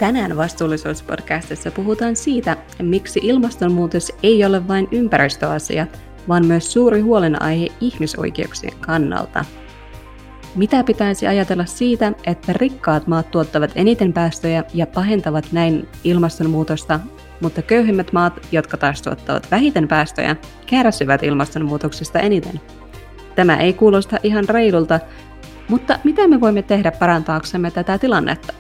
Tänään Vastuullisuuspodcastissa puhutaan siitä, miksi ilmastonmuutos ei ole vain ympäristöasia, vaan myös suuri huolenaihe ihmisoikeuksien kannalta. Mitä pitäisi ajatella siitä, että rikkaat maat tuottavat eniten päästöjä ja pahentavat näin ilmastonmuutosta, mutta köyhimmät maat, jotka taas tuottavat vähiten päästöjä, kärsivät ilmastonmuutoksesta eniten? Tämä ei kuulosta ihan reilulta, mutta mitä me voimme tehdä parantaaksemme tätä tilannetta?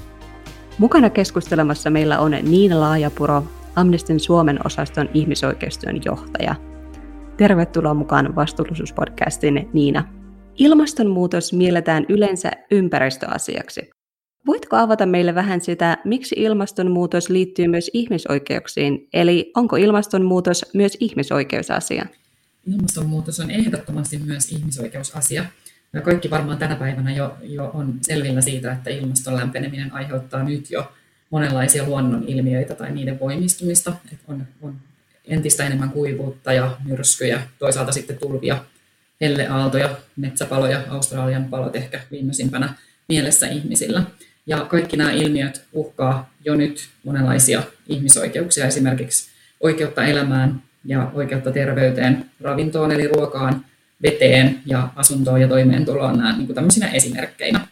Mukana keskustelemassa meillä on Niina Laajapuro, Amnestyn Suomen osaston ihmisoikeustyön johtaja. Tervetuloa mukaan Vastuullisuuspodcastiin, Niina. Ilmastonmuutos mielletään yleensä ympäristöasiaksi. Voitko avata meille vähän sitä, miksi ilmastonmuutos liittyy myös ihmisoikeuksiin, eli onko ilmastonmuutos myös ihmisoikeusasia? Ilmastonmuutos on ehdottomasti myös ihmisoikeusasia. Ja kaikki varmaan tänä päivänä jo on selvillä siitä, että ilmaston lämpeneminen aiheuttaa nyt jo monenlaisia luonnonilmiöitä tai niiden voimistumista. Että on entistä enemmän kuivuutta ja myrskyjä, toisaalta sitten tulvia, helleaaltoja, metsäpaloja, Australian palot ehkä viimeisimpänä mielessä ihmisillä. Ja kaikki nämä ilmiöt uhkaa jo nyt monenlaisia ihmisoikeuksia, esimerkiksi oikeutta elämään ja oikeutta terveyteen, ravintoon eli ruokaan, veteen ja asuntoon ja toimeentuloon nämä niin kuin tämmöisinä esimerkkeinä.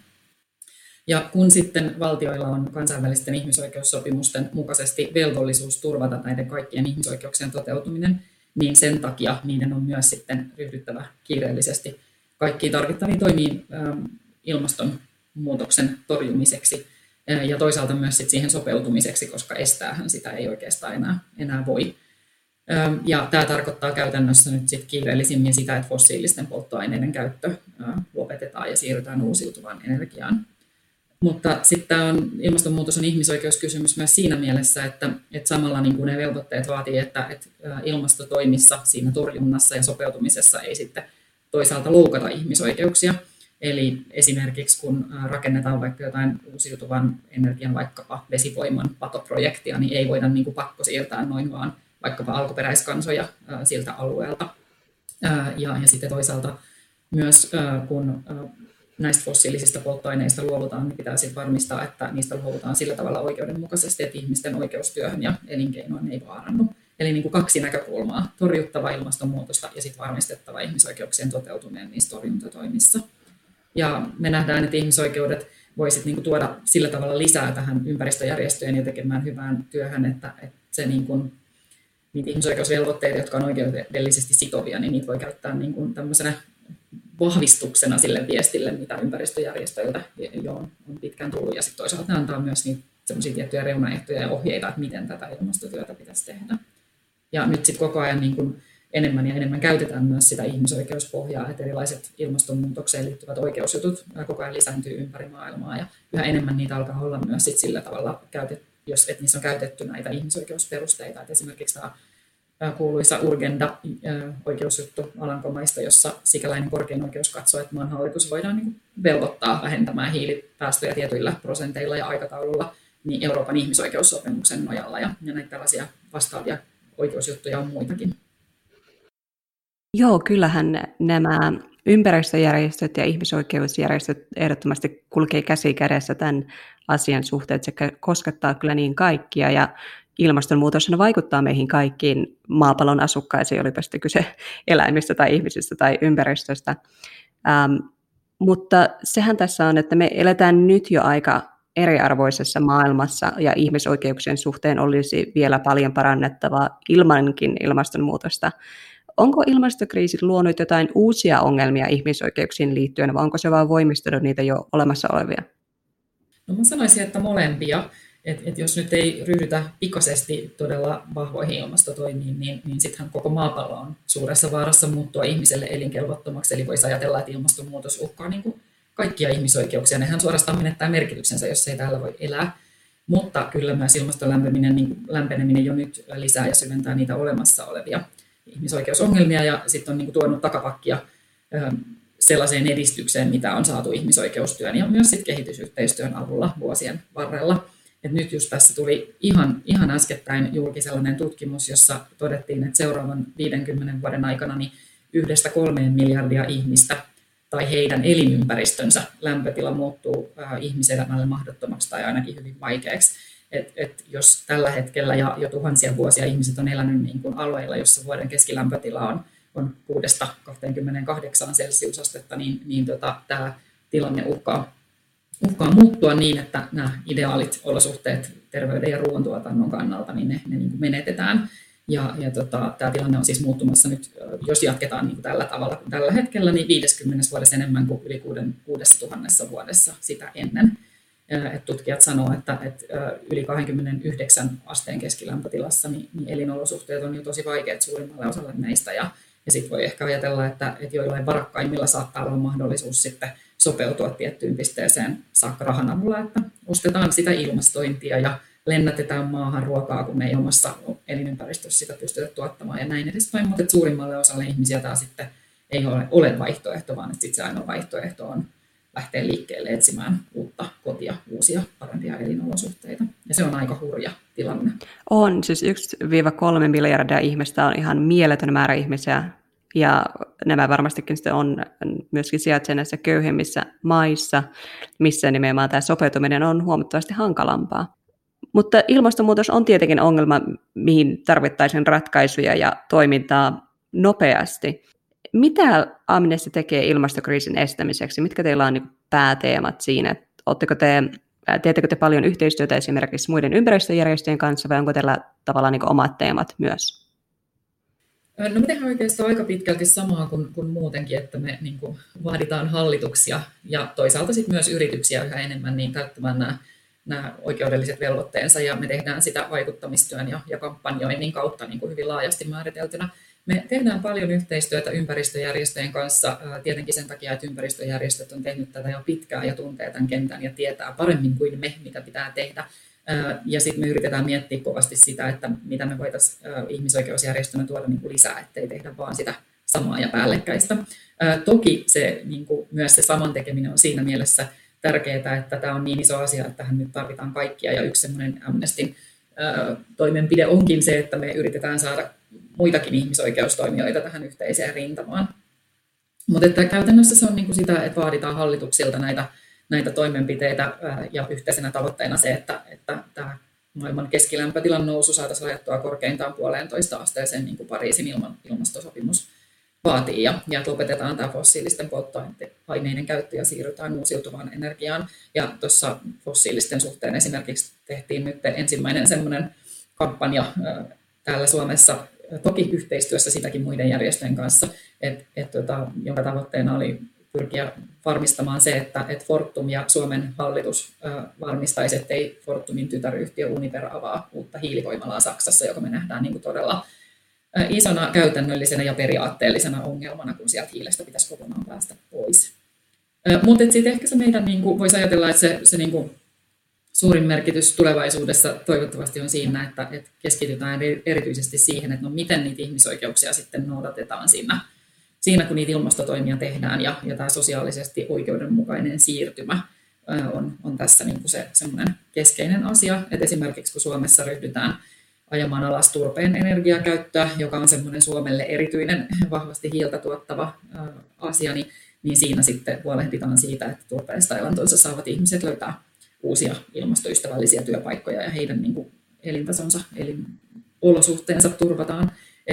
Ja kun sitten valtioilla on kansainvälisten ihmisoikeussopimusten mukaisesti velvollisuus turvata näiden kaikkien ihmisoikeuksien toteutuminen, niin sen takia niiden on myös sitten ryhdyttävä kiireellisesti kaikkiin tarvittaviin toimiin ilmastonmuutoksen torjumiseksi ja toisaalta myös sit siihen sopeutumiseksi, koska estäähän sitä ei oikeastaan enää voi. Ja tämä tarkoittaa käytännössä nyt sit kiireellisimmin sitä, että fossiilisten polttoaineiden käyttö lopetetaan ja siirrytään uusiutuvaan energiaan. Mutta sitten ilmastonmuutos on ihmisoikeuskysymys myös siinä mielessä, että samalla niin kuin ne velvoitteet vaatii, että ilmastotoimissa, siinä torjunnassa ja sopeutumisessa ei sitten toisaalta loukata ihmisoikeuksia. Eli esimerkiksi kun rakennetaan vaikka jotain uusiutuvan energian, vaikkapa vesivoiman patoprojektia, niin ei voida niin kuin pakko siirtää noin vaan vaikkapa alkuperäiskansoja siltä alueelta. Ja sitten toisaalta myös kun näistä fossiilisista polttoaineista luovutaan, niin pitää sitten varmistaa, että niistä luovutaan sillä tavalla oikeudenmukaisesti, että ihmisten oikeustyöhön ja elinkeinoon ei vaarannu. Eli niin kuin kaksi näkökulmaa, torjuttava ilmastonmuutosta ja sitten varmistettava ihmisoikeuksien toteutuminen niissä torjuntatoimissa. Ja me nähdään, että ihmisoikeudet voisivat niin kuin tuoda sillä tavalla lisää tähän ympäristöjärjestöjen ja tekemään hyvään työhön, että se niin kuin niitä ihmisoikeusvelvoitteita, jotka on oikeudellisesti sitovia, niin niitä voi käyttää niin kuin tämmöisenä vahvistuksena sille viestille, mitä ympäristöjärjestöiltä jo on pitkään tullut. Ja sitten toisaalta ne antaa myös niitä semmoisia tiettyjä reunaehtoja ja ohjeita, että miten tätä ilmastotyötä pitäisi tehdä. Ja nyt sitten koko ajan niin kuin enemmän ja enemmän käytetään myös sitä ihmisoikeuspohjaa, että erilaiset ilmastonmuutokseen liittyvät oikeusjutut koko ajan lisääntyy ympäri maailmaa. Ja yhä enemmän niitä alkaa olla myös sit sillä tavalla, että niissä on käytetty näitä ihmisoikeusperusteita. Että esimerkiksi tämä kuuluisa Urgenda-oikeusjuttu Alankomaista, jossa sikäläinen korkein oikeus katsoo, että maan hallitus voidaan niin velvoittaa vähentämään hiilipäästöjä tietyillä prosenteilla ja aikataululla niin Euroopan ihmisoikeussopimuksen nojalla. Ja näitä tällaisia vastaavia oikeusjuttuja on muitakin. Joo, kyllähän nämä ympäristöjärjestöt ja ihmisoikeusjärjestöt ehdottomasti kulkee käsi kädessä tämän asian suhteen, että se koskettaa kyllä niin kaikkia ja ilmastonmuutos vaikuttaa meihin kaikkiin maapallon asukkaisiin, olipa sitten kyse eläimistä tai ihmisistä tai ympäristöstä. Mutta sehän tässä on, että me eletään nyt jo aika eriarvoisessa maailmassa ja ihmisoikeuksien suhteen olisi vielä paljon parannettavaa ilmankin ilmastonmuutosta. Onko ilmastokriisi luonut jotain uusia ongelmia ihmisoikeuksiin liittyen, vai onko se vain voimistanut niitä jo olemassa olevia? No mä sanoisin, että molempia. Että jos nyt ei ryhdytä pikaisesti todella vahvoihin ilmastotoimiin, niin sittenhän koko maapallo on suuressa vaarassa muuttua ihmiselle elinkelvottomaksi. Eli voisi ajatella, että ilmastonmuutos uhkaa niin kuin kaikkia ihmisoikeuksia. Nehän suorastaan menettää merkityksensä, jos ei täällä voi elää. Mutta kyllä myös ilmaston lämpeneminen jo nyt lisää ja syventää niitä olemassa olevia ihmisoikeusongelmia. Ja sitten on niin kuin tuonut takapakkia sellaiseen edistykseen, mitä on saatu ihmisoikeustyön ja myös sit kehitysyhteistyön avulla vuosien varrella. Et nyt just tässä tuli ihan äskettäin julki sellainen tutkimus, jossa todettiin, että seuraavan 50 vuoden aikana niin 1–3 miljardia ihmistä tai heidän elinympäristönsä lämpötila muuttuu ihmiselämälle mahdottomaksi tai ainakin hyvin vaikeaksi. Et jos tällä hetkellä ja jo tuhansia vuosia ihmiset on elänyt niin kuin alueilla, jossa vuoden keskilämpötila on 6-28 celsiusastetta, niin tämä tilanne uhkaa muuttua niin, että nämä ideaalit olosuhteet terveyden ja ruoantuotannon kannalta, niin ne niin kuin menetetään. Ja tämä tilanne on siis muuttumassa nyt, jos jatketaan niin kuin tällä tavalla kuin tällä hetkellä, niin 50 vuodessa enemmän kuin yli 6000 vuodessa sitä ennen. Et tutkijat sanoo, että yli 29 asteen keskilämpötilassa niin elinolosuhteet on jo tosi vaikeat suurimmalle osalle meistä. Ja sitten voi ehkä ajatella, että joillain varakkaimmilla saattaa olla mahdollisuus sitten sopeutua tiettyyn pisteeseen saakka rahan avulla, että ostetaan sitä ilmastointia ja lennätetään maahan ruokaa, kun ei omassa elinympäristössä sitä pystytä tuottamaan ja näin edespäin. Mutta suurimmalle osalle ihmisiä tämä sitten ei ole vaihtoehto, vaan sitten se ainoa vaihtoehto on lähteä liikkeelle etsimään uutta kotia, uusia parempia elinolosuhteita. Ja se on aika hurja tilanne. On, siis 1-3 miljardia ihmistä on ihan mieletön määrä ihmisiä. Ja nämä varmastikin sitten on myöskin sijaitsevat näissä köyhemmissä maissa, missä nimenomaan tämä sopeutuminen on huomattavasti hankalampaa. Mutta ilmastonmuutos on tietenkin ongelma, mihin tarvittaisiin ratkaisuja ja toimintaa nopeasti. Mitä Amnesty tekee ilmastokriisin estämiseksi? Mitkä teillä on pääteemat siinä? Teettekö te paljon yhteistyötä esimerkiksi muiden ympäristöjärjestöjen kanssa vai onko teillä tavallaan omat teemat myös? No me tehdään oikeastaan aika pitkälti samaa kuin muutenkin, että me niin kuin vaaditaan hallituksia ja toisaalta sitten myös yrityksiä yhä enemmän niin täyttämään nämä oikeudelliset velvoitteensa ja me tehdään sitä vaikuttamistyön ja kampanjoinnin kautta niin kuin hyvin laajasti määriteltynä. Me tehdään paljon yhteistyötä ympäristöjärjestöjen kanssa tietenkin sen takia, että ympäristöjärjestöt on tehnyt tätä jo pitkään ja tuntee tämän kentän ja tietää paremmin kuin me, mitä pitää tehdä. Ja sitten me yritetään miettiä kovasti sitä, että mitä me voitaisiin ihmisoikeusjärjestönä tuoda niin kuin lisää, ettei tehdä vaan sitä samaa ja päällekkäistä. Toki se, niin kuin myös se saman tekeminen on siinä mielessä tärkeää, että tämä on niin iso asia, että tähän nyt tarvitaan kaikkia. Ja yksi semmoinen Amnestyn toimenpide onkin se, että me yritetään saada muitakin ihmisoikeustoimijoita tähän yhteiseen rintamaan. Mutta että käytännössä se on niin kuin sitä, että vaaditaan hallituksilta näitä toimenpiteitä ja yhteisenä tavoitteena se, että tämä maailman keskilämpötilan nousu saataisiin rajattua korkeintaan 1,5 asteeseen, niin kuin Pariisin ilmastosopimus vaatii, ja lopetetaan tämä fossiilisten polttoaineiden käyttö ja siirrytään uusiutuvaan energiaan. Ja tuossa fossiilisten suhteen esimerkiksi tehtiin nyt ensimmäinen semmoinen kampanja täällä Suomessa, toki yhteistyössä sitäkin muiden järjestöjen kanssa, jonka tavoitteena oli pyrkiä varmistamaan se, että Fortum ja Suomen hallitus varmistaisi, ettei Fortumin tytäryhtiö Uniper avaa uutta hiilivoimalaa Saksassa, joka me nähdään niin kuin todella isona käytännöllisenä ja periaatteellisena ongelmana, kun sieltä hiilestä pitäisi kokonaan päästä pois. Mutta sitten ehkä se meidän, niin kuin, voisi ajatella, että se niin kuin suurin merkitys tulevaisuudessa toivottavasti on siinä, että keskitytään erityisesti siihen, että no miten niitä ihmisoikeuksia sitten noudatetaan siinä kun niitä ilmastotoimia tehdään, ja tämä sosiaalisesti oikeudenmukainen siirtymä on tässä niin kuin se semmoinen keskeinen asia. Et esimerkiksi kun Suomessa ryhdytään ajamaan alas turpeen energiakäyttöä, joka on semmoinen Suomelle erityinen, vahvasti hiiltä tuottava asia, niin siinä sitten huolehditaan siitä, että turpeesta elantonsa saavat ihmiset löytää uusia ilmastoystävällisiä työpaikkoja ja heidän niin kuin elintasonsa, elinolosuhteensa turvataan.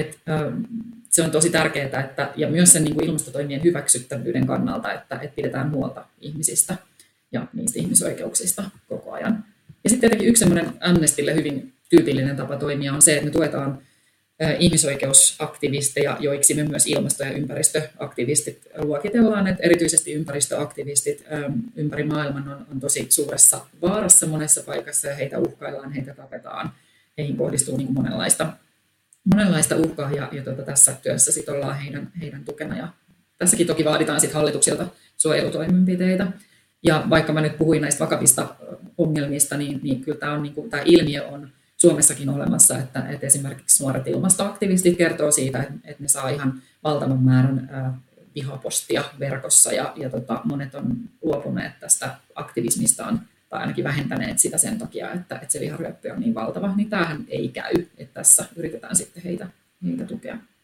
Se on tosi tärkeää, ja myös sen niin kuin ilmastotoimien hyväksyttävyyden kannalta, että pidetään huolta ihmisistä ja niistä ihmisoikeuksista koko ajan. Ja sitten tietenkin yksi semmoinen Amnestylle hyvin tyypillinen tapa toimia on se, että me tuetaan ihmisoikeusaktivisteja, joiksi me myös ilmasto- ja ympäristöaktivistit luokitellaan, että erityisesti ympäristöaktivistit ympäri maailman on tosi suuressa vaarassa monessa paikassa ja heitä uhkaillaan, heitä tapetaan, heihin kohdistuu niin kuin monenlaista uhkaa ja tässä työssä sit ollaan heidän tukena ja tässäkin toki vaaditaan sit hallituksilta suojelutoimenpiteitä. Ja vaikka mä nyt puhuin näistä vakavista ongelmista, niin kyllä tämä ilmiö on Suomessakin olemassa, että esimerkiksi nuoret ilmastoaktivistit kertoo siitä, että ne saa ihan valtavan määrän vihapostia verkossa ja monet on luopuneet tästä aktivismistaan tai ainakin vähentäneet sitä sen takia, että se viharyöppy on niin valtava, niin tämähän ei käy, että tässä yritetään sitten heitä tukea.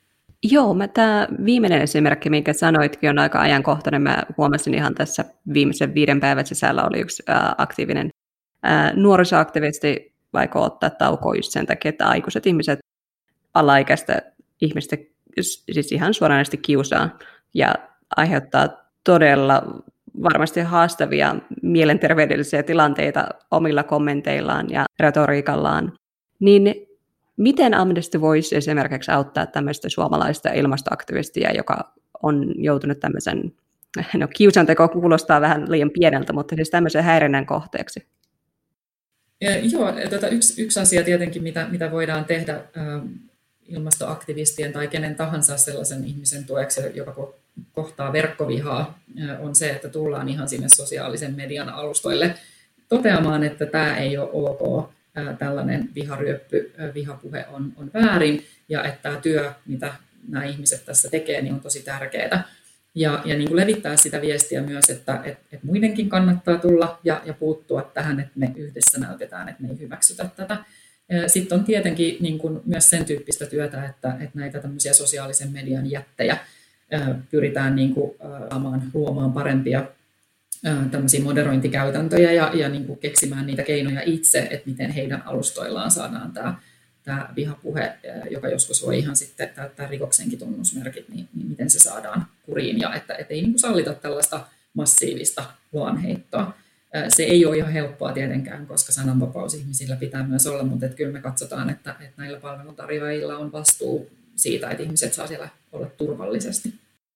Joo, tämä viimeinen esimerkki, minkä sanoitkin, on aika ajankohtainen. Mä huomasin ihan tässä viimeisen 5 päivän sisällä oli yksi aktiivinen nuorisoaktivisti vaikka ottaa taukoa just sen takia, että aikuiset ihmiset alaikäistä ihmistä siis ihan suoranaisesti kiusaa ja aiheuttaa todella varmasti haastavia mielenterveydellisiä tilanteita omilla kommenteillaan ja retoriikallaan. Niin miten Amnesty voisi esimerkiksi auttaa tämmöistä suomalaista ilmastoaktivistia, joka on joutunut tämmöisen, kiusanteko kuulostaa vähän liian pieneltä, mutta siis tämmöisen häirinnän kohteeksi? Joo, yksi asia tietenkin, mitä voidaan tehdä ilmastoaktivistien tai kenen tahansa sellaisen ihmisen tueksi, joka kohtaa verkkovihaa, on se, että tullaan ihan sinne sosiaalisen median alustoille toteamaan, että tämä ei ole ok, tällainen viharyöppy, vihapuhe on väärin ja että tämä työ, mitä nämä ihmiset tässä tekee, niin on tosi tärkeää. Ja niin kuin levittää sitä viestiä myös, että muidenkin kannattaa tulla ja puuttua tähän, että me yhdessä näytetään, että me ei hyväksytä tätä. Sitten on tietenkin niin kuin myös sen tyyppistä työtä, että näitä tämmöisiä sosiaalisen median jättejä pyritään niin kuin luomaan parempia tämmöisiä moderointikäytäntöjä ja niin kuin keksimään niitä keinoja itse, että miten heidän alustoillaan saadaan tämä vihapuhe, joka joskus voi ihan sitten täyttää rikoksenkin tunnusmerkit, niin miten se saadaan kuriin ja että ei niin kuin sallita tällaista massiivista luonheittoa. Se ei ole ihan helppoa tietenkään, koska sananvapaus ihmisillä pitää myös olla, mutta kyllä me katsotaan, että näillä palveluntarjoajilla on vastuu siitä, että ihmiset saa siellä olla turvallisesti.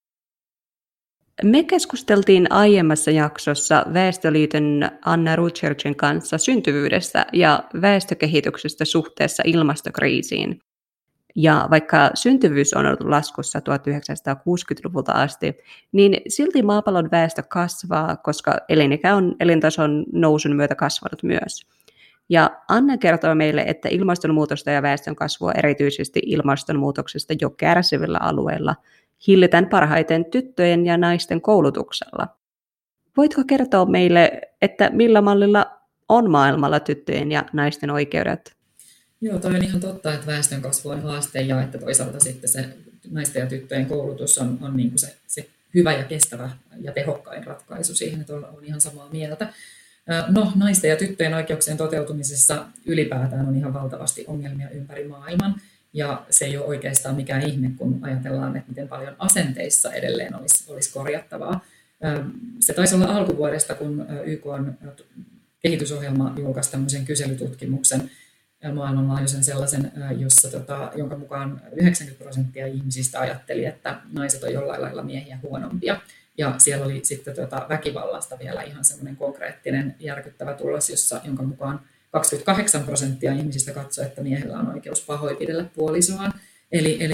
Me keskusteltiin aiemmassa jaksossa Väestöliiton Anna Rutscherdgen kanssa syntyvyydestä ja väestökehityksestä suhteessa ilmastokriisiin. Ja vaikka syntyvyys on ollut laskussa 1960-luvulta asti, niin silti maapallon väestö kasvaa, koska elinikä on elintason nousun myötä kasvanut myös. Ja Anna kertoo meille, että ilmastonmuutosta ja väestönkasvua erityisesti ilmastonmuutoksesta jo kärsivillä alueilla hillitään parhaiten tyttöjen ja naisten koulutuksella. Voitko kertoa meille, että millä mallilla on maailmalla tyttöjen ja naisten oikeudet? Joo, toi on ihan totta, että väestönkasvu on haaste ja että toisaalta sitten se naisten ja tyttöjen koulutus on niin kuin se hyvä ja kestävä ja tehokkain ratkaisu siihen, että on ihan samaa mieltä. No, naisten ja tyttöjen oikeuksien toteutumisessa ylipäätään on ihan valtavasti ongelmia ympäri maailman. Ja se ei ole oikeastaan mikään ihme, kun ajatellaan, että miten paljon asenteissa edelleen olisi korjattavaa. Se taisi olla alkuvuodesta, kun YK:n kehitysohjelma julkaisi tämmöisen kyselytutkimuksen, maailmanlaajuisen sellaisen, jonka mukaan 90% ihmisistä ajatteli, että naiset on jollain lailla miehiä huonompia. Ja siellä oli sitten väkivallasta vielä ihan semmoinen konkreettinen järkyttävä tulos, jonka mukaan 28% ihmisistä katsoi, että miehellä on oikeus pahoinpidellä puolisoaan. Eli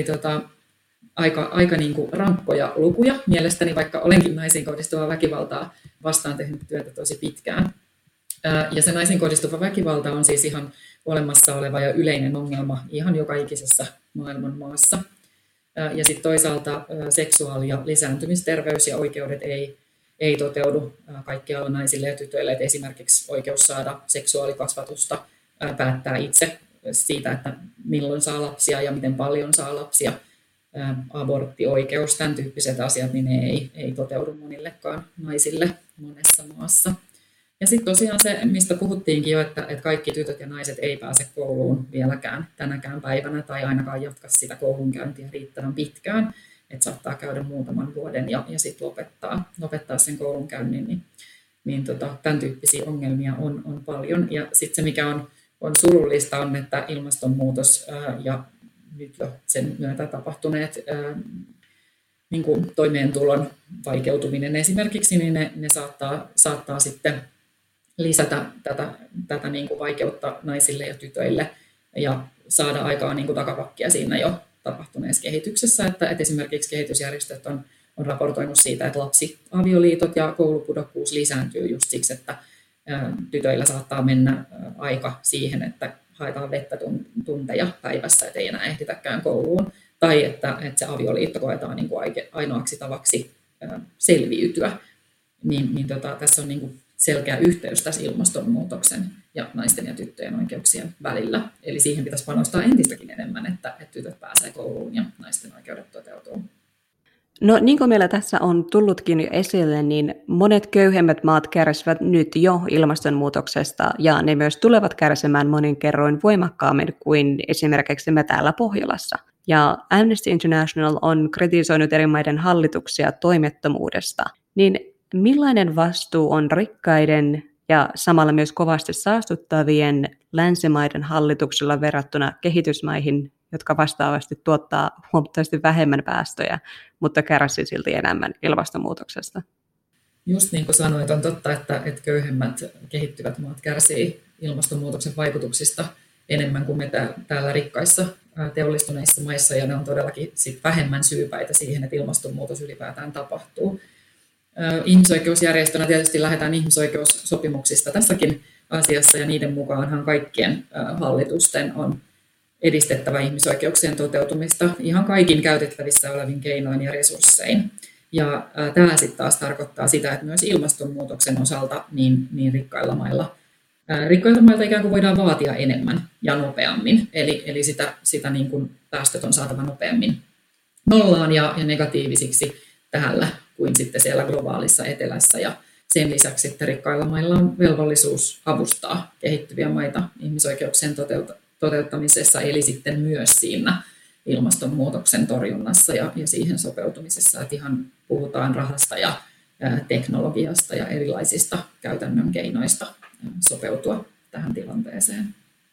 aika niin kuin rankkoja lukuja mielestäni, vaikka olenkin naisiin kohdistuvaa väkivaltaa vastaan tehnyt työtä tosi pitkään. Ja se naisiin kohdistuva väkivalta on siis ihan olemassa oleva ja yleinen ongelma ihan joka ikisessä maailman maassa. Ja sitten toisaalta seksuaali- ja lisääntymisterveys ja oikeudet ei toteudu kaikkialla naisille ja tytöille, että esimerkiksi oikeus saada seksuaalikasvatusta, päättää itse siitä, että milloin saa lapsia ja miten paljon saa lapsia, aborttioikeus, tämän tyyppiset asiat, niin ne ei toteudu monillekaan naisille monessa maassa. Ja sitten tosiaan se, mistä puhuttiinkin jo, että kaikki tytöt ja naiset ei pääse kouluun vieläkään tänäkään päivänä tai ainakaan jatka sitä koulunkäyntiä riittävän pitkään. Että saattaa käydä muutaman vuoden ja sitten lopettaa sen koulunkäynnin, niin tämän tyyppisiä ongelmia on paljon. Ja sitten se, mikä on surullista, on, että ilmastonmuutos ja nyt jo sen myötä tapahtuneet niin kuin toimeentulon vaikeutuminen esimerkiksi, niin ne saattaa sitten lisätä tätä niin kuin vaikeutta naisille ja tytöille ja saada aikaan niin kuin takapakkia siinä jo tapahtuneessa kehityksessä, että esimerkiksi kehitysjärjestöt on raportoinut siitä, että lapsiavioliitot ja koulupudokkuus lisääntyy just siksi, että tytöillä saattaa mennä aika siihen, että haetaan vettä tunteja päivässä, että ei enää ehditäkään kouluun, tai että se avioliitto koetaan niin kuin ainoaksi tavaksi selviytyä. Tässä on niin kuin selkeä yhteys tässä ilmastonmuutoksen ja naisten ja tyttöjen oikeuksien välillä. Eli siihen pitäisi panostaa entistäkin enemmän, että tytöt pääsee kouluun ja naisten oikeudet toteutuu. No niin kuin meillä tässä on tullutkin jo esille, niin monet köyhemmät maat kärsivät nyt jo ilmastonmuutoksesta ja ne myös tulevat kärsimään monin kerroin voimakkaammin kuin esimerkiksi me täällä Pohjolassa. Ja Amnesty International on kritisoinut eri maiden hallituksia toimettomuudesta. Niin millainen vastuu on rikkaiden ja samalla myös kovasti saastuttavien länsimaiden hallituksilla verrattuna kehitysmaihin, jotka vastaavasti tuottaa huomattavasti vähemmän päästöjä, mutta kärsii silti enemmän ilmastonmuutoksesta? Just niin kuin sanoit, on totta, että köyhemmät kehittyvät maat kärsii ilmastonmuutoksen vaikutuksista enemmän kuin me täällä rikkaissa teollistuneissa maissa, ja ne on todellakin sit vähemmän syypäitä siihen, että ilmastonmuutos ylipäätään tapahtuu. Ihmisoikeusjärjestönä tietysti lähdetään ihmisoikeussopimuksista tässäkin asiassa, ja niiden mukaanhan kaikkien hallitusten on edistettävä ihmisoikeuksien toteutumista ihan kaikin käytettävissä olevin keinoin ja resurssein. Ja tämä sitten taas tarkoittaa sitä, että myös ilmastonmuutoksen osalta niin rikkailta mailta ikään kuin voidaan vaatia enemmän ja nopeammin. Eli sitä niin kuin päästöt on saatava nopeammin nollaan ja negatiivisiksi tällä kuin sitten siellä globaalissa etelässä. Ja sen lisäksi sitten rikkailla mailla on velvollisuus avustaa kehittyviä maita ihmisoikeuksien toteuttamisessa, eli sitten myös siinä ilmastonmuutoksen torjunnassa ja siihen sopeutumisessa, että ihan puhutaan rahasta ja teknologiasta ja erilaisista käytännön keinoista sopeutua tähän tilanteeseen.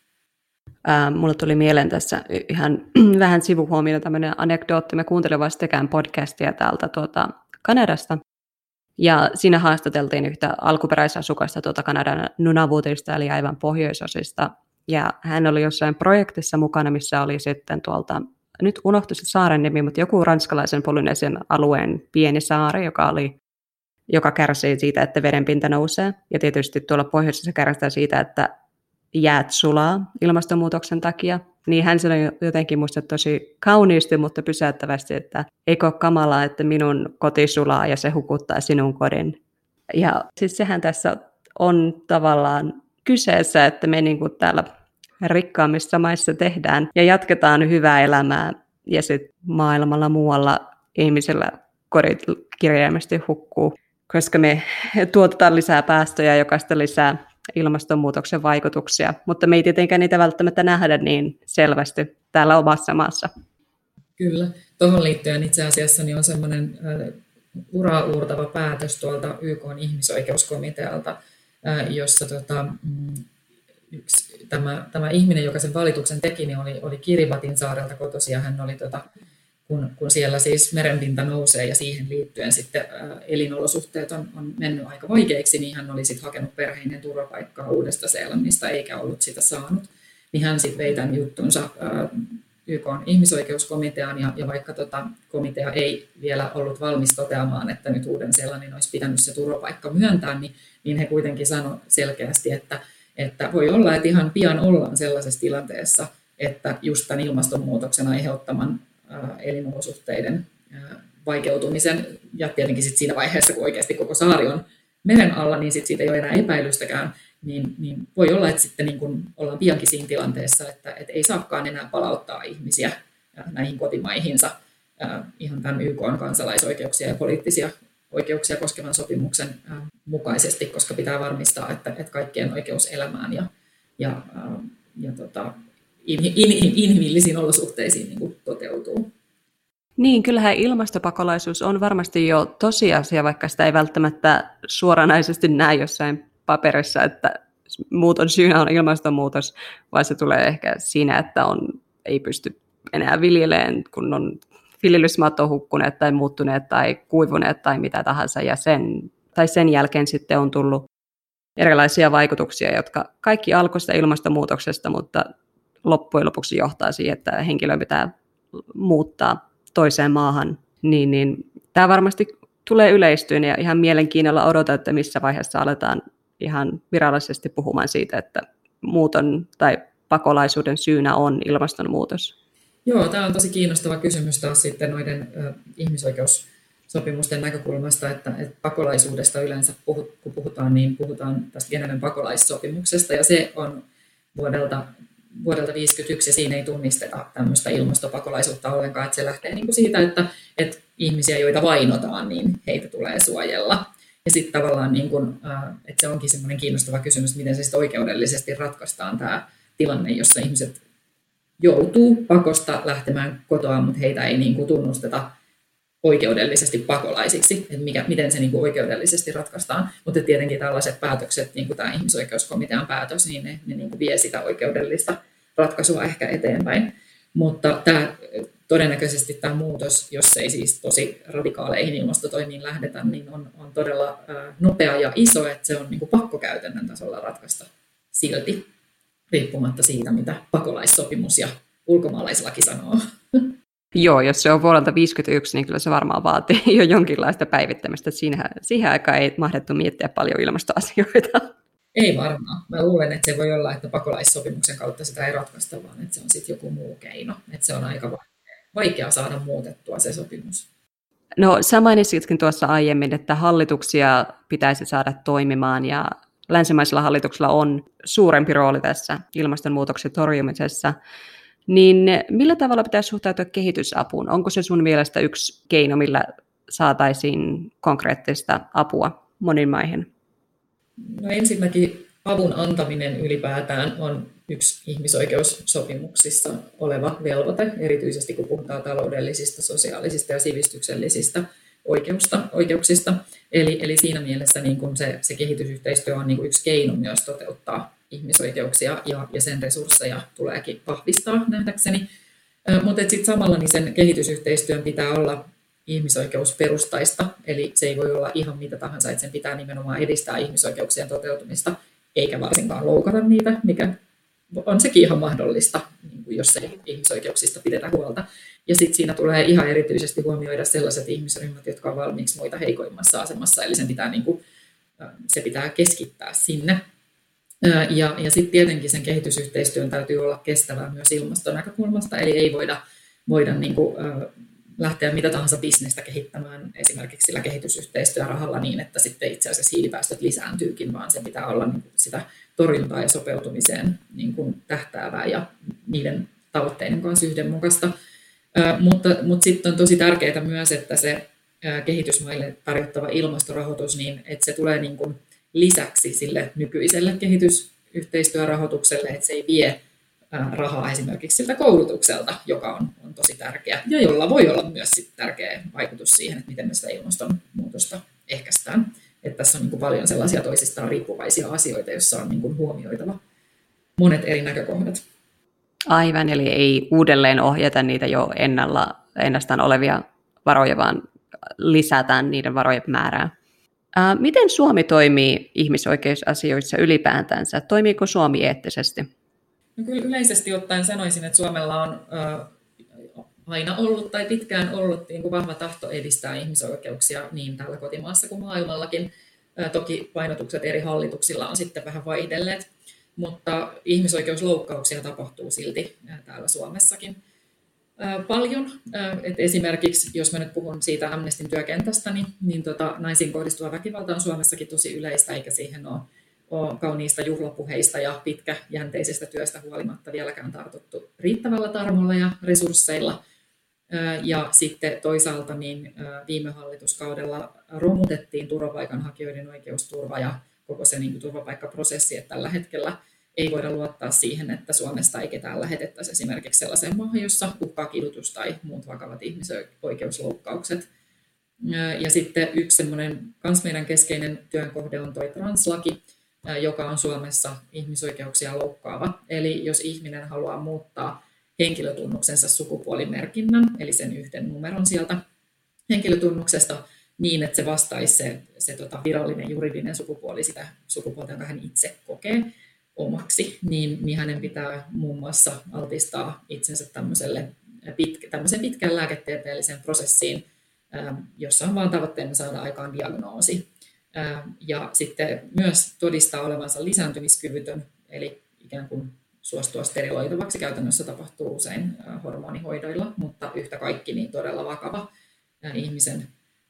Mulle tuli mieleen tässä ihan vähän sivuhuomiona tämmöinen anekdootti. Mä kuuntelin vastikään podcastia täältä Kanadasta. Ja siinä haastateltiin yhtä alkuperäisasukasta Kanadan Nunavutista, eli aivan pohjoisosista. Ja hän oli jossain projektissa mukana, missä oli sitten nyt unohtui se saaren nimi, mutta joku ranskalaisen Polynesian alueen pieni saari, joka kärsii siitä, että vedenpinta nousee. Ja tietysti tuolla pohjoisessa kärsitään siitä, että jäät sulaa ilmastonmuutoksen takia. Niin hän sanoi jotenkin musta tosi kauniisti, mutta pysäyttävästi, että eikö ole kamalaa, että minun koti sulaa ja se hukuttaa sinun kodin. Ja siis sehän tässä on tavallaan kyseessä, että me niin kuin täällä rikkaammissa maissa tehdään ja jatketaan hyvää elämää ja sitten maailmalla muualla ihmisillä kodit kirjaimesti hukkuu, koska me tuotetaan lisää päästöjä, joka sitten lisää ilmastonmuutoksen vaikutuksia, mutta me ei tietenkään niitä välttämättä nähdä niin selvästi täällä omassa maassa. Kyllä. Tuohon liittyen itse asiassa niin on semmoinen uraa uurtava päätös tuolta YK:n ihmisoikeuskomitealta, jossa tämä ihminen, joka sen valituksen teki, niin oli Kiribatin saarelta kotoisin, ja hän oli kun siellä siis merenpinta nousee ja siihen liittyen sitten elinolosuhteet on mennyt aika vaikeiksi, niin hän oli sitten hakenut perheinen turvapaikkaa Uudesta-Seelannista eikä ollut sitä saanut. Niin hän sitten vei tämän juttunsa YK:n ihmisoikeuskomiteaan, ja vaikka komitea ei vielä ollut valmis toteamaan, että nyt Uuden-Seelannin olisi pitänyt se turvapaikka myöntää, niin he kuitenkin sanoi selkeästi, että voi olla, että ihan pian ollaan sellaisessa tilanteessa, että just tämän ilmastonmuutoksen aiheuttaman elinolosuhteiden vaikeutumisen, ja tietenkin sit siinä vaiheessa, kun oikeasti koko saari on meren alla, niin sit siitä ei ole enää epäilystäkään, niin voi olla, että sitten niin kun ollaan piankin siinä tilanteessa, että ei saakaan enää palauttaa ihmisiä näihin kotimaihinsa ihan tämän YK:n kansalaisoikeuksia ja poliittisia oikeuksia koskevan sopimuksen mukaisesti, koska pitää varmistaa, että kaikkien oikeus elämään ja inhimillisiin olosuhteisiin niin kuin toteutuu. Niin, kyllähän ilmastopakolaisuus on varmasti jo tosiasia, vaikka sitä ei välttämättä suoranaisesti näe jossain paperissa, että muuton syynä on ilmastonmuutos, vaan se tulee ehkä siinä, että ei pysty enää viljelemään, kun on viljelysmaat on hukkuneet tai muuttuneet tai kuivuneet tai mitä tahansa, ja sen jälkeen sitten on tullut erilaisia vaikutuksia, jotka kaikki alkoi sitä ilmastonmuutoksesta, mutta loppujen lopuksi johtaa siihen, että henkilö pitää muuttaa toiseen maahan, niin tämä varmasti tulee yleistyyn, ja ihan mielenkiinnolla odotan, että missä vaiheessa aletaan ihan virallisesti puhumaan siitä, että muuton tai pakolaisuuden syynä on ilmastonmuutos. Joo, tämä on tosi kiinnostava kysymys taas sitten noiden ihmisoikeussopimusten sopimusten näkökulmasta, että pakolaisuudesta yleensä kun puhutaan, niin puhutaan tästä Geneven pakolaissopimuksesta, ja se on vuodelta 1951, ja siinä ei tunnisteta tämmöistä ilmastopakolaisuutta ollenkaan, että se lähtee niin kuin siitä, että ihmisiä, joita vainotaan, niin heitä tulee suojella. Ja sitten tavallaan, niin kuin, että se onkin semmoinen kiinnostava kysymys, miten se sitten oikeudellisesti ratkaistaan tämä tilanne, jossa ihmiset joutuu pakosta lähtemään kotoa, mutta heitä ei niin kuin tunnusteta oikeudellisesti pakolaisiksi, että miten se niin kuin oikeudellisesti ratkaistaan. Mutta tietenkin tällaiset päätökset, niin kuin tämä ihmisoikeuskomitean päätös, niin ne niin kuin vie sitä oikeudellista ratkaisua ehkä eteenpäin. Mutta todennäköisesti tämä muutos, jos ei siis tosi radikaaleihin ilmastotoimiin lähdetä, niin on todella nopea ja iso, että se on niin kuin pakkokäytännön tasolla ratkaista silti, riippumatta siitä, mitä pakolaissopimus ja ulkomaalaislaki sanoo. Joo, jos se on vuodelta 1951, niin kyllä se varmaan vaatii jo jonkinlaista päivittämistä. Siihen aikaan ei mahdettu miettiä paljon ilmastoasioita. Ei varmaan. Mä luulen, että se voi olla, että pakolaissopimuksen kautta sitä ei ratkaista, vaan että se on sitten joku muu keino. Että se on aika vaikea saada muutettua se sopimus. No sä mainitsitkin tuossa aiemmin, että hallituksia pitäisi saada toimimaan ja länsimaisilla hallituksilla on suurempi rooli tässä ilmastonmuutoksen torjumisessa. Niin millä tavalla pitäisi suhtautua kehitysapuun? Onko se sun mielestä yksi keino, millä saataisiin konkreettista apua moniin maihin? No ensinnäkin avun antaminen ylipäätään on yksi ihmisoikeussopimuksissa oleva velvoite, erityisesti kun puhutaan taloudellisista, sosiaalisista ja sivistyksellisistä oikeuksista. Eli siinä mielessä niin kun se kehitysyhteistyö on niin kun yksi keino myös toteuttaa ihmisoikeuksia ja sen resursseja tuleekin vahvistaa nähdäkseni. Mutta sitten samalla niin sen kehitysyhteistyön pitää olla ihmisoikeusperustaista, eli se ei voi olla ihan mitä tahansa, että sen pitää nimenomaan edistää ihmisoikeuksien toteutumista, eikä varsinkaan loukata niitä, mikä on sekin ihan mahdollista, jos ei ihmisoikeuksista pidetä huolta. Ja sitten siinä tulee ihan erityisesti huomioida sellaiset ihmisryhmät, jotka on valmiiksi muita heikoimmassa asemassa, eli se pitää keskittää sinne. Ja sitten tietenkin sen kehitysyhteistyön täytyy olla kestävää myös ilmastonäkökulmasta, eli ei voida niin kuin, lähteä mitä tahansa bisnestä kehittämään esimerkiksi sillä kehitysyhteistyörahalla niin, että sitten itse asiassa hiilipäästöt lisääntyykin, vaan sen pitää olla niin kuin sitä torjuntaa ja sopeutumiseen niin kuin tähtäävää ja niiden tavoitteiden kanssa yhdenmukaista. Mutta sitten on tosi tärkeää myös, että se kehitysmaille tarjottava ilmastorahoitus, niin että se tulee niin kuin lisäksi sille nykyiselle kehitysyhteistyörahoitukselle, että se ei vie rahaa esimerkiksi siltä koulutukselta, joka on tosi tärkeä ja jolla voi olla myös tärkeä vaikutus siihen, että miten me sitä ilmastonmuutosta ehkäistään. Että tässä on niin kuin paljon sellaisia toisistaan riippuvaisia asioita, joissa on niin kuin huomioitava monet eri näkökohdat. Aivan, eli ei uudelleen ohjata niitä jo ennastaan olevia varoja, vaan lisätään niiden varojen määrää. Miten Suomi toimii ihmisoikeusasioissa ylipäätänsä? Toimiiko Suomi eettisesti? No kyllä yleisesti ottaen sanoisin, että Suomella on aina ollut tai pitkään ollut niin kuin vahva tahto edistää ihmisoikeuksia niin täällä kotimaassa kuin maailmallakin. Toki painotukset eri hallituksilla on sitten vähän vaihdelleet, mutta ihmisoikeusloukkauksia tapahtuu silti täällä Suomessakin paljon. Et esimerkiksi, jos mä nyt puhun siitä Amnestyn työkentästä, niin naisiin kohdistuva väkivalta on Suomessakin tosi yleistä, eikä siihen ole kauniista juhlapuheista ja pitkäjänteisestä työstä huolimatta vieläkään tartuttu riittävällä tarmolla ja resursseilla. Ja sitten toisaalta niin viime hallituskaudella romutettiin turvapaikanhakijoiden oikeusturva ja koko se niin turvapaikkaprosessi, että tällä hetkellä ei voida luottaa siihen, että Suomesta ei ketään lähetettäisi esimerkiksi sellaiseen maahan, jossa uhkaa kidutus tai muut vakavat ihmisoikeusloukkaukset. Ja sitten yksi semmoinen kans meidän keskeinen työn kohde on tuo translaki, joka on Suomessa ihmisoikeuksia loukkaava. Eli jos ihminen haluaa muuttaa henkilötunnuksensa sukupuolimerkinnän, eli sen yhden numeron sieltä henkilötunnuksesta, niin että se vastaisi se virallinen juridinen sukupuoli sitä sukupuolta, jonka hän itse kokee omaksi, niin hänen pitää muun muassa altistaa itsensä tämmöisen pitkän lääketieteellisen prosessiin, jossa on vaan tavoitteena saada aikaan diagnoosi. Ja sitten myös todistaa olevansa lisääntymiskyvytön, eli ikään kuin suostua steriloitavaksi. Käytännössä tapahtuu usein hormonihoidoilla, mutta yhtä kaikki niin todella vakava ihmisen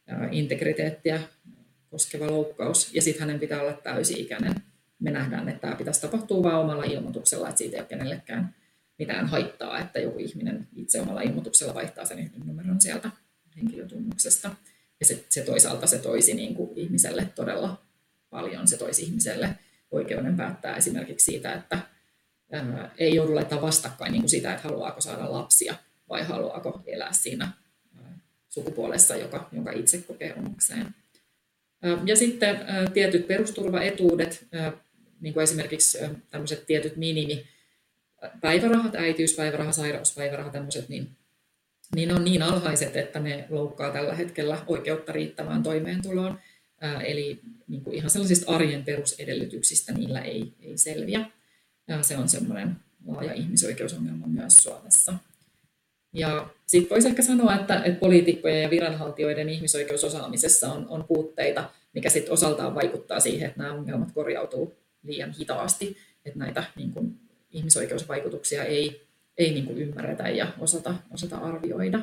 integriteettiä koskeva loukkaus, ja sitten hänen pitää olla täysi-ikäinen. Me nähdään, että tämä pitäisi tapahtua vain omalla ilmoituksella, että siitä ei ole kenellekään mitään haittaa, että joku ihminen itse omalla ilmoituksella vaihtaa sen yhden numeron sieltä henkilötunnuksesta. Ja se toisaalta se toisi niin kuin ihmiselle todella paljon, se toisi ihmiselle oikeuden päättää esimerkiksi siitä, että ei joudu laittaa vastakkain niin kuin sitä, että haluaako saada lapsia vai haluaako elää siinä sukupuolessa, jonka itse kokee omakseen. Ja sitten tietyt perusturvaetuudet, niin kuin esimerkiksi tämmöiset tietyt minimipäivärahat, äitiyspäiväraha, sairauspäiväraha, tämmöiset, niin ne on niin alhaiset, että ne loukkaa tällä hetkellä oikeutta riittävään toimeentuloon. Eli niin kuin ihan sellaisista arjen perusedellytyksistä niillä ei selviä. Se on semmoinen laaja ihmisoikeusongelma myös Suomessa. Ja sitten voisi ehkä sanoa, että poliitikkojen ja viranhaltijoiden ihmisoikeusosaamisessa on puutteita, mikä sitten osaltaan vaikuttaa siihen, että nämä ongelmat korjautuu liian hitaasti, että näitä niin kuin, ihmisoikeusvaikutuksia ei niin kuin ymmärretä ja osata arvioida.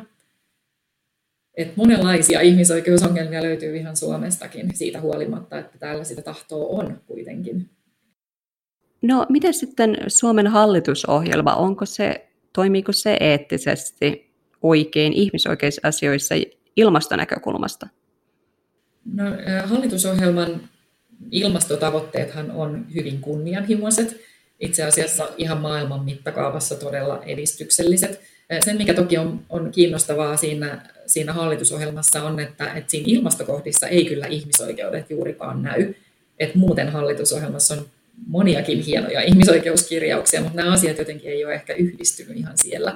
Et monenlaisia ihmisoikeusongelmia löytyy ihan Suomestakin siitä huolimatta, että täällä sitä tahtoa on kuitenkin. No, miten sitten Suomen hallitusohjelma, toimiiko se eettisesti oikein ihmisoikeusasioissa ilmastonäkökulmasta? No, hallitusohjelman ilmastotavoitteethan on hyvin kunnianhimoiset, itse asiassa ihan maailman mittakaavassa todella edistykselliset. Sen, mikä toki on kiinnostavaa siinä hallitusohjelmassa on, että siinä ilmastokohdissa ei kyllä ihmisoikeudet juurikaan näy. Et muuten hallitusohjelmassa on moniakin hienoja ihmisoikeuskirjauksia, mutta nämä asiat jotenkin ei ole ehkä yhdistynyt ihan siellä.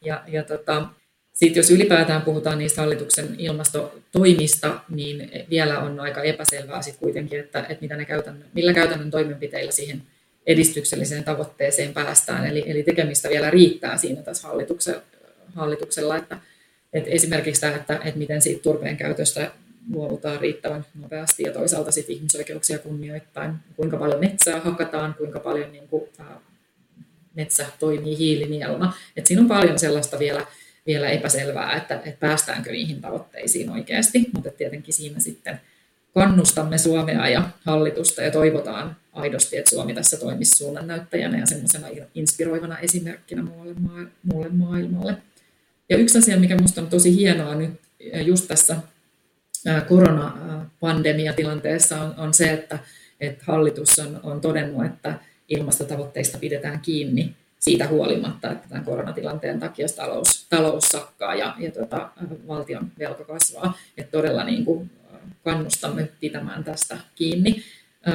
Sitten jos ylipäätään puhutaan niistä hallituksen ilmastotoimista, niin vielä on aika epäselvää sit kuitenkin, että millä käytännön toimenpiteillä siihen edistykselliseen tavoitteeseen päästään. Eli tekemistä vielä riittää siinä tässä hallituksella, että esimerkiksi tämä, että miten siitä turpeen käytöstä luovutaan riittävän nopeasti ja toisaalta sit ihmisoikeuksia kunnioittaen, kuinka paljon metsää hakataan, kuinka paljon niin kuin, metsä toimii hiilinieluna. Et siinä on paljon sellaista vielä epäselvää, että päästäänkö niihin tavoitteisiin oikeasti, mutta tietenkin siinä sitten kannustamme Suomea ja hallitusta ja toivotaan aidosti, että Suomi tässä toimisi suunnannäyttäjänä ja semmoisena inspiroivana esimerkkinä muulle maailmalle. Ja yksi asia, mikä minusta on tosi hienoa nyt just tässä koronapandemiatilanteessa on se, että hallitus on todennut, että ilmastotavoitteista pidetään kiinni siitä huolimatta, että tämän koronatilanteen takia talous sakkaa ja valtion velka kasvaa. Että todella niin kuin kannustamme pitämään tästä kiinni.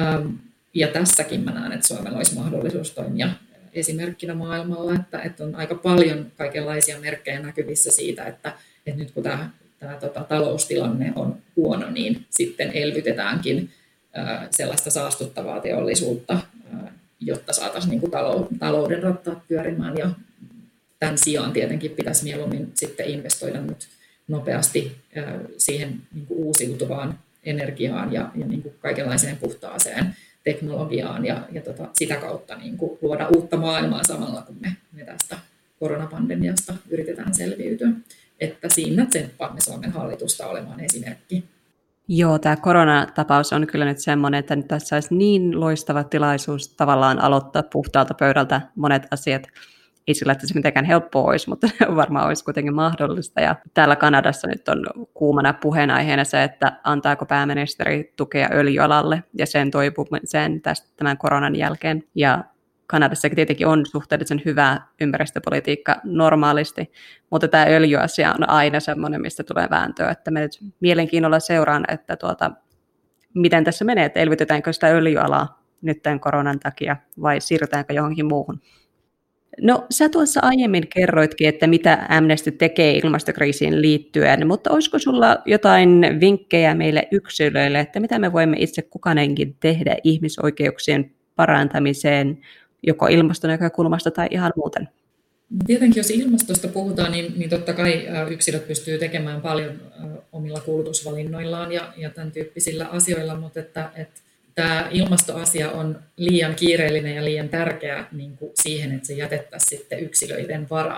Ja tässäkin mä näen, että Suomella olisi mahdollisuus toimia esimerkkinä maailmalla, että on aika paljon kaikenlaisia merkkejä näkyvissä siitä, että nyt kun tämä taloustilanne on huono, niin sitten elvytetäänkin sellaista saastuttavaa teollisuutta, jotta saataisiin niin kuin talouden rattaat pyörimään. Ja tämän sijaan tietenkin pitäisi mieluummin sitten investoida nyt nopeasti siihen niin kuin uusiutuvaan energiaan ja niin kuin kaikenlaiseen puhtaaseen teknologiaan ja sitä kautta niin kuin luoda uutta maailmaa samalla, kun me tästä koronapandemiasta yritetään selviytyä. Että siinä tsemppaamme Suomen hallitusta olemaan esimerkki. Joo, tämä koronatapaus on kyllä nyt semmoinen, että nyt tässä olisi niin loistava tilaisuus tavallaan aloittaa puhtaalta pöydältä monet asiat. Ei sillä, että se mitenkään helppoa olisi, mutta varmaan olisi kuitenkin mahdollista. Ja täällä Kanadassa nyt on kuumana puheenaiheena se, että antaako pääministeri tukea öljyalalle ja sen toipumiseen tämän koronan jälkeen. Ja Kanadassa tietenkin on suhteellisen hyvä ympäristöpolitiikka normaalisti, mutta tämä öljyasia on aina semmoinen, mistä tulee vääntöä, että me nyt mielenkiinnolla seuraan, että miten tässä menee, että elvytetäänkö sitä öljyalaa nyt tämän koronan takia vai siirrytäänkö johonkin muuhun. No, sä tuossa aiemmin kerroitkin, että mitä Amnesty tekee ilmastokriisiin liittyen, mutta olisiko sulla jotain vinkkejä meille yksilöille, että mitä me voimme itse kukainenkin tehdä ihmisoikeuksien parantamiseen, joko ilmastonäkökulmasta tai ihan muuten? Tietenkin, jos ilmastosta puhutaan, niin totta kai yksilöt pystyy tekemään paljon omilla kulutusvalinnoillaan ja tämän tyyppisillä asioilla, mutta että tämä ilmastoasia on liian kiireellinen ja liian tärkeä niin kuin siihen, että se jätettäisiin sitten yksilöiden varaan.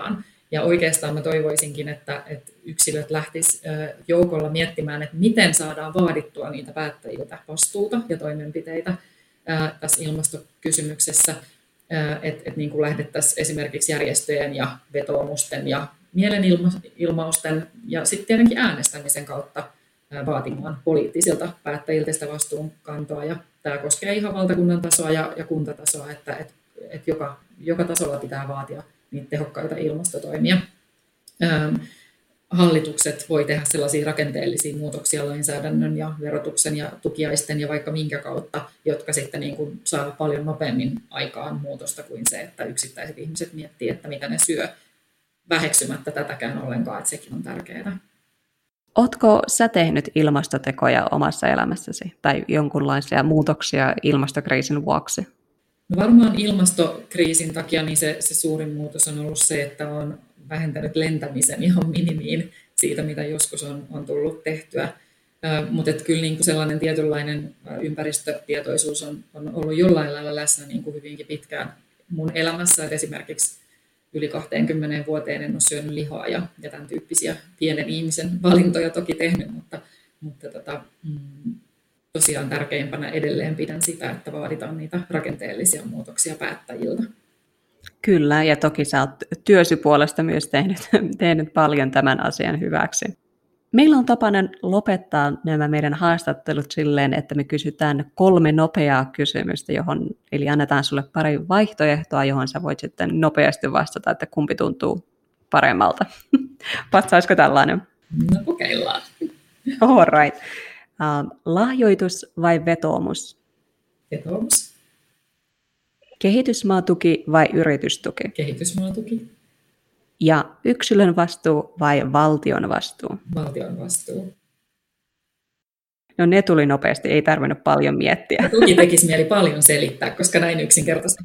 Ja oikeastaan mä toivoisinkin, että yksilöt lähtisivät joukolla miettimään, että miten saadaan vaadittua niitä päättäjiltä vastuuta ja toimenpiteitä tässä ilmastokysymyksessä, että niin kuin lähdettäisiin esimerkiksi järjestöjen ja vetoomusten ja mielenilmausten ja sitten tietenkin äänestämisen kautta vaatimaan poliittisilta päättäjiltä sitä vastuunkantoa. Ja tämä koskee ihan valtakunnan tasoa ja kuntatasoa, että joka tasolla pitää vaatia niitä tehokkaita ilmastotoimia. Hallitukset voi tehdä sellaisia rakenteellisia muutoksia lainsäädännön ja verotuksen ja tukiaisten ja vaikka minkä kautta, jotka sitten niin kuin saa paljon nopeammin aikaan muutosta kuin se, että yksittäiset ihmiset miettii, että mitä ne syö, väheksymättä tätäkään ollenkaan, että sekin on tärkeää. Ootko sä tehnyt ilmastotekoja omassa elämässäsi tai jonkunlaisia muutoksia ilmastokriisin vuoksi? No varmaan ilmastokriisin takia niin se suurin muutos on ollut se, että on vähentänyt lentämisen ihan minimiin siitä, mitä joskus on tullut tehtyä. Mutta kyllä niin kuin sellainen tietynlainen ympäristötietoisuus on ollut jollain lailla läsnä niin kuin hyvinkin pitkään mun elämässä. Et esimerkiksi yli 20 vuoteen en ole syönyt lihaa ja tämän tyyppisiä pienen ihmisen valintoja toki tehnyt, mutta tosiaan tärkeimpänä edelleen pidän sitä, että vaaditaan niitä rakenteellisia muutoksia päättäjiltä. Kyllä, ja toki sä oot työsi puolesta myös tehnyt paljon tämän asian hyväksi. Meillä on tapana lopettaa nämä meidän haastattelut silleen, että me kysytään 3 nopeaa kysymystä, eli annetaan sulle pari vaihtoehtoa, johon sä voit sitten nopeasti vastata, että kumpi tuntuu paremmalta. Patsaisiko tällainen? No kokeillaan. All right. Lahjoitus vai vetoomus? Vetoomus. Kehitysmaatuki vai yritystuki? Kehitysmaatuki. Ja yksilön vastuu vai valtion vastuu? Valtion vastuu. No ne tuli nopeasti, ei tarvinnut paljon miettiä. Tuki tekisi mieli paljon selittää, koska näin yksinkertaisesti.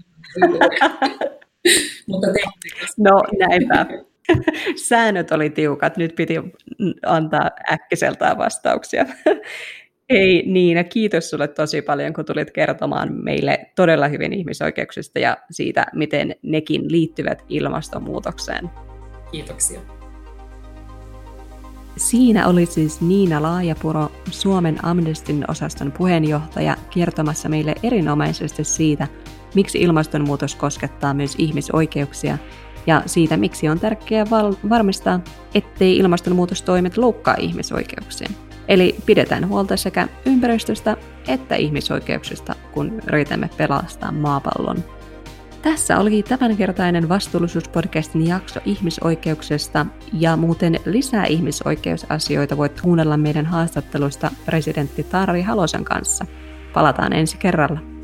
Mutta no näinpä. Säännöt oli tiukat, nyt piti antaa äkkiseltään vastauksia. Ei Niina, kiitos sulle tosi paljon, kun tulit kertomaan meille todella hyvin ihmisoikeuksista ja siitä, miten nekin liittyvät ilmastonmuutokseen. Kiitoksia. Siinä oli siis Niina Laajapuro, Suomen Amnestyn osaston puheenjohtaja, kertomassa meille erinomaisesti siitä, miksi ilmastonmuutos koskettaa myös ihmisoikeuksia ja siitä, miksi on tärkeää varmistaa, ettei ilmastonmuutostoimet loukkaa ihmisoikeuksia. Eli pidetään huolta sekä ympäristöstä että ihmisoikeuksista, kun yritämme pelastaa maapallon. Tässä oli tämänkertainen Vastuullisuuspodcastin jakso ihmisoikeuksista, ja muuten lisää ihmisoikeusasioita voit kuunnella meidän haastatteluista presidentti Tarvi Halosen kanssa. Palataan ensi kerralla.